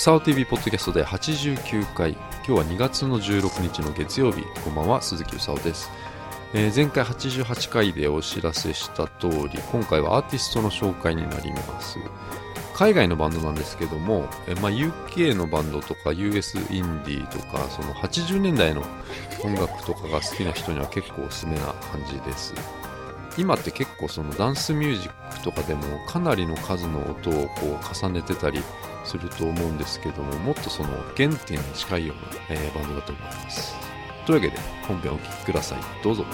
サオ TV ポッドキャストで89回、今日は2月の16日の月曜日。こんばんは、鈴木うさおです。前回88回でお知らせした通り、今回はアーティストの紹介になります。海外のバンドなんですけども、UK のバンドとか US インディーとか、その80年代の音楽とかが好きな人には結構おすすめな感じです。今って結構そのダンスミュージックとかでもかなりの数の音をこう重ねてたりすると思うんですけども、もっとその原点に近いような、バンドだと思います。というわけで本編お聴きください。どうぞ。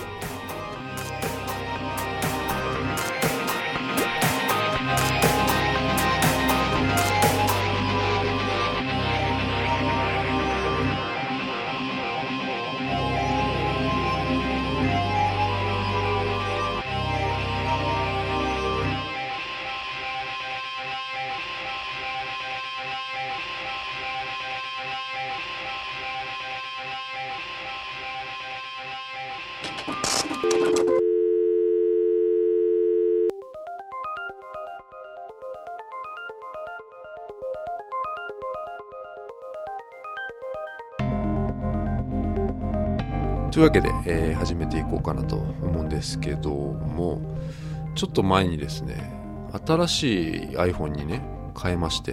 というわけで、始めていこうかなと思うんですけども、ちょっと前にですね、新しい iPhone にね変えまして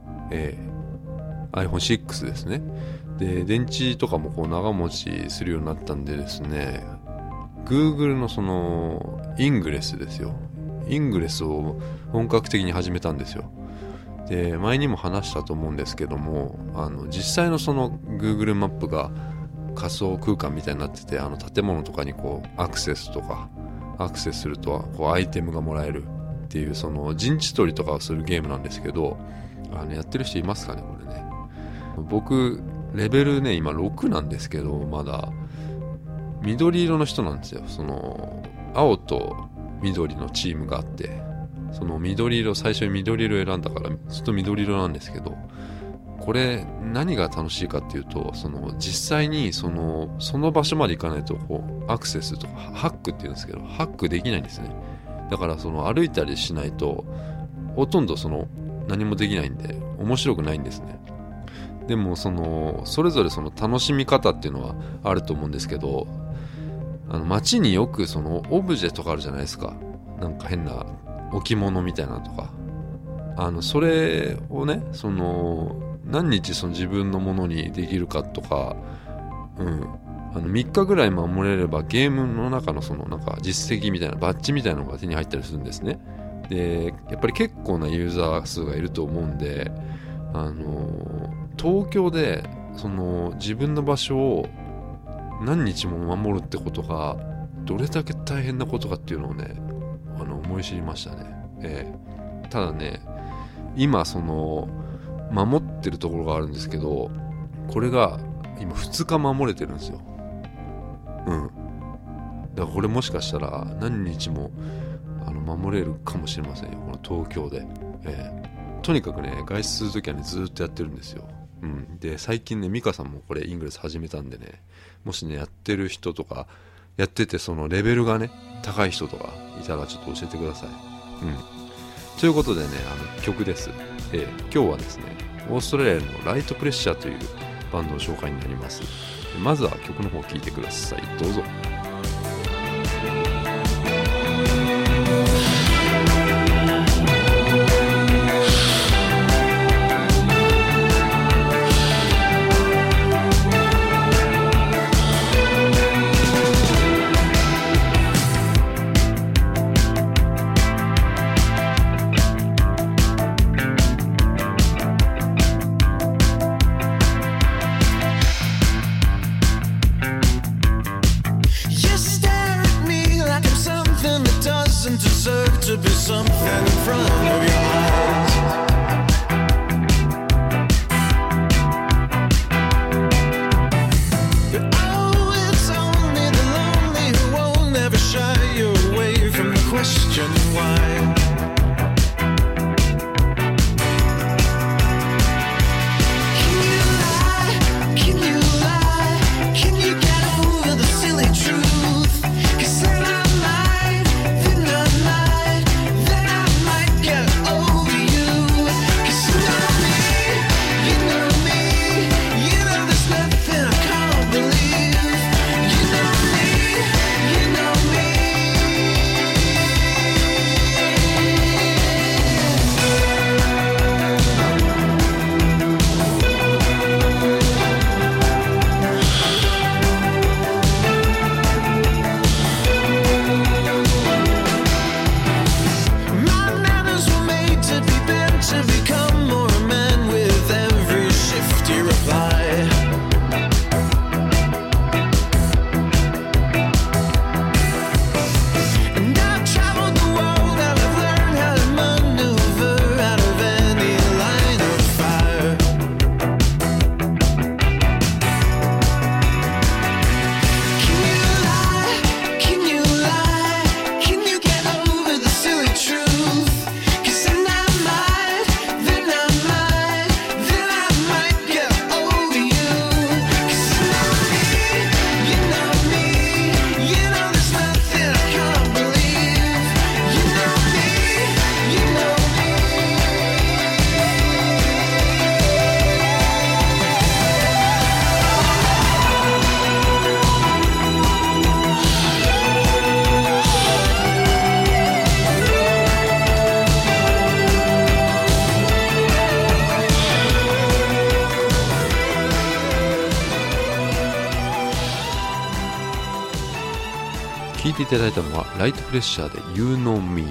、iPhone6 ですね。で、電池とかもこう長持ちするようになったんでですね、 Google のそのイングレスですよ、イングレスを本格的に始めたんですよ。で、前にも話したと思うんですけども、実際のその Google マップが仮想空間みたいになってて、建物とかにこうアクセスするとこうアイテムがもらえるっていう、その陣地取りとかをするゲームなんですけど、やってる人いますかね、これね。僕レベルね今6なんですけど、まだ緑色の人なんですよ。その青と緑のチームがあって、その緑色、最初に緑色選んだからずっと緑色なんですけど、これ何が楽しいかっていうと、その実際にその場所まで行かないとこうアクセスとかハックっていうんですけど、ハックできないんですね。だからその歩いたりしないとほとんどその何もできないんで面白くないんですね。でもそれぞれその楽しみ方っていうのはあると思うんですけど、街によくそのオブジェとかあるじゃないですか。なんか変な置物みたいなのとか、それをね、その何日その自分のものにできるかとか、3日ぐらい守れればゲームの中のそのなんか実績みたいなバッジみたいなのが手に入ったりするんですね。で、やっぱり結構なユーザー数がいると思うんで、東京でその自分の場所を何日も守るってことがどれだけ大変なことかっていうのをね、思い知りましたね。ただね、今その守ってるところがあるんですけど、これが今2日守れてるんですよ。だからこれもしかしたら何日も守れるかもしれませんよ、この東京で。とにかくね、外出するときはねずっとやってるんですよ。で、最近ね、ミカさんもこれイングレス始めたんでね、もしねやってる人とか、やっててそのレベルがね高い人とかいたらちょっと教えてください。ということでね、曲です。今日はですね、オーストラリアのライトプレッシャーというバンドの紹介になります。まずは曲の方を聴いてください。どうぞ。 聴いていただいたのはライトプレッシャーで You Know Me。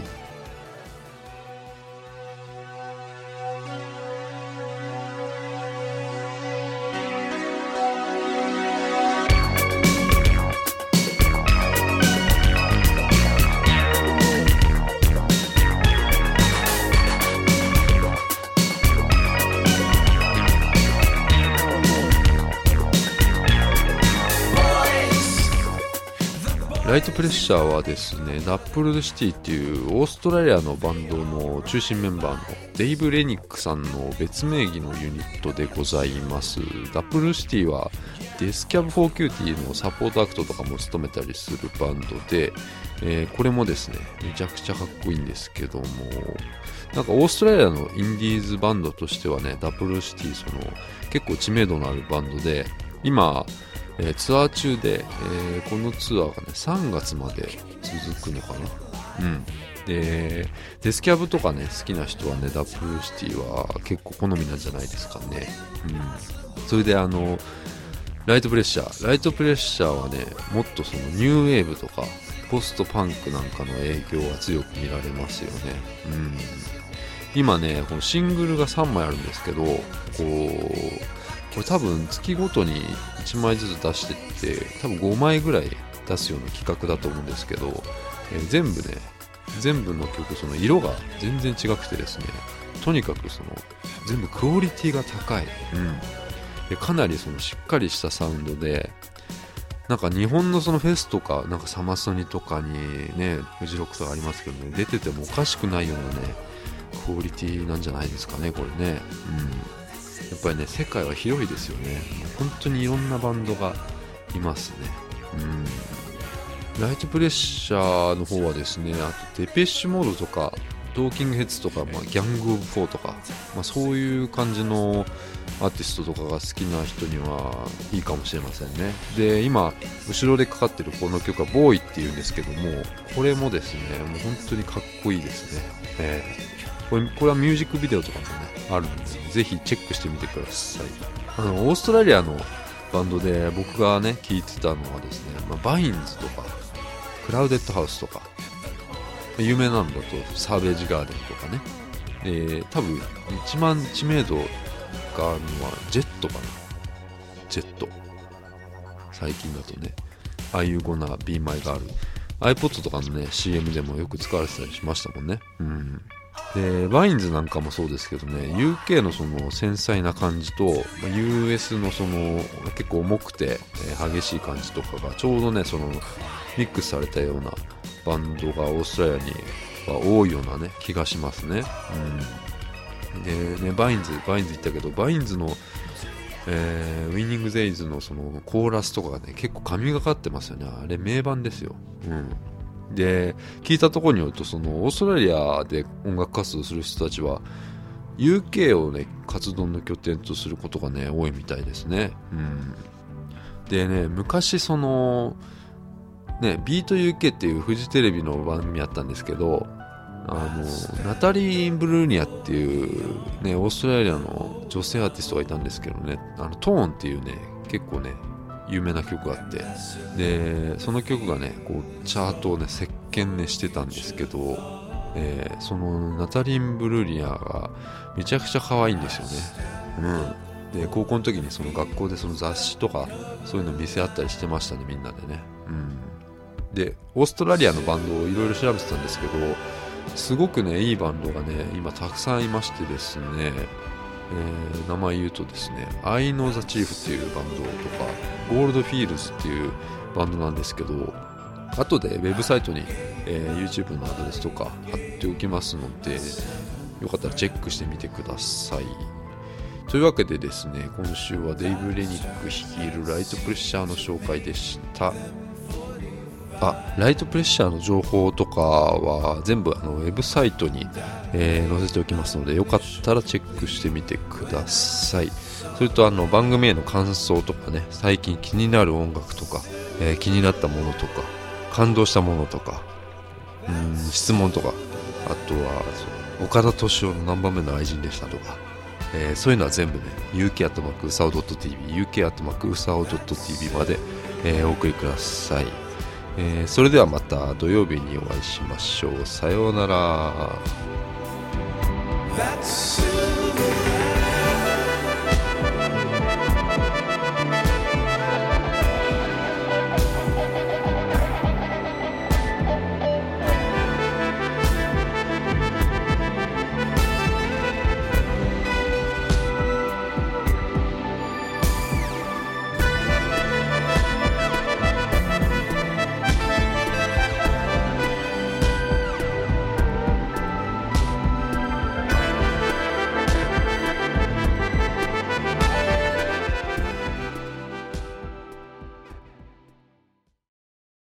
ライトプレッシャーはですね、ダップルシティっていうオーストラリアのバンドの中心メンバーのデイブ・レニックさんの別名義のユニットでございます。ダップルシティはデスキャブ4キューティーのサポートアクトとかも務めたりするバンドで、これもですねめちゃくちゃかっこいいんですけども、なんかオーストラリアのインディーズバンドとしてはね、ダップルシティ結構知名度のあるバンドで、今ツアー中で、このツアーがね3月まで続くのかな。でデスキャブとかね好きな人はね、ダップルシティは結構好みなんじゃないですかね。それでライトプレッシャーはね、もっとそのニューウェーブとかポストパンクなんかの影響が強く見られますよね。今ねこのシングルが3枚あるんですけど、これ多分月ごとに1枚ずつ出してって多分5枚ぐらい出すような企画だと思うんですけど、全部の曲その色が全然違くてですね、とにかく全部クオリティが高い、でかなりしっかりしたサウンドで、なんか日本のフェスとかなんかサマソニとかにね、フジロックとかありますけどね、出ててもおかしくないようなねクオリティなんじゃないですかね、これね。やっぱりね世界は広いですよね。本当にいろんなバンドがいますね。ライトプレッシャーの方はですね、あとデペッシュモードとかトーキングヘッズとか、ギャングオブフォーとか、そういう感じのアーティストとかが好きな人にはいいかもしれませんね。で今後ろでかかってるこの曲はボーイっていうんですけども、これもですねもう本当にかっこいいですね。これはミュージックビデオとかもねあるので、ぜひチェックしてみてください。オーストラリアのバンドで僕がね聴いてたのはですね、バインズとかクラウデッドハウスとか、有名なのだとサーベージガーデンとかね、多分一番知名度があるのはジェットかな。ジェット最近だとね、Are You Gonna Be My Girl、 iPod とかのね CM でもよく使われてたりしましたもんね。でバインズなんかもそうですけどね、 UK の繊細な感じと US の結構重くて、激しい感じとかがちょうどねミックスされたようなバンドがオーストラリアには多いようなね気がしますね。でね、バインズ言ったけど、バインズの、ウィニングゼイズのコーラスとかがね結構神がかってますよね。あれ名盤ですよ。で聞いたところによると、オーストラリアで音楽活動する人たちは UK をね活動の拠点とすることがね多いみたいですね。でね、昔ビート UK っていうフジテレビの番組あったんですけど、ナタリー・ブルーニアっていうねオーストラリアの女性アーティストがいたんですけどね、トーンっていうね結構ね有名な曲があって、でその曲がねチャートをね席巻ねしてたんですけど、ナタリン・ブルーリアがめちゃくちゃ可愛いんですよね。 で高校の時にその学校でその雑誌とかそういうの見せ合ったりしてましたね、みんなでね。でオーストラリアのバンドをいろいろ調べてたんですけど、すごくねいいバンドがね今たくさんいましてですね、名前言うとですね、I Know the Chief っていうバンドとかゴールドフィールズっていうバンドなんですけど、後でウェブサイトに、YouTube のアドレスとか貼っておきますので、よかったらチェックしてみてください。というわけでですね、今週はデイブ・レニック率いるライトプレッシャーの紹介でした。ライトプレッシャーの情報とかは全部ウェブサイトに、載せておきますので、よかったらチェックしてみてください。それと番組への感想とかね、最近気になる音楽とか、気になったものとか感動したものとか、質問とか、あとは岡田敏夫の何番目の愛人でしたとか、そういうのは全部ね uk@usao.tv uk@usao.tv まで、お送りください。それではまた土曜日にお会いしましょう。さようなら。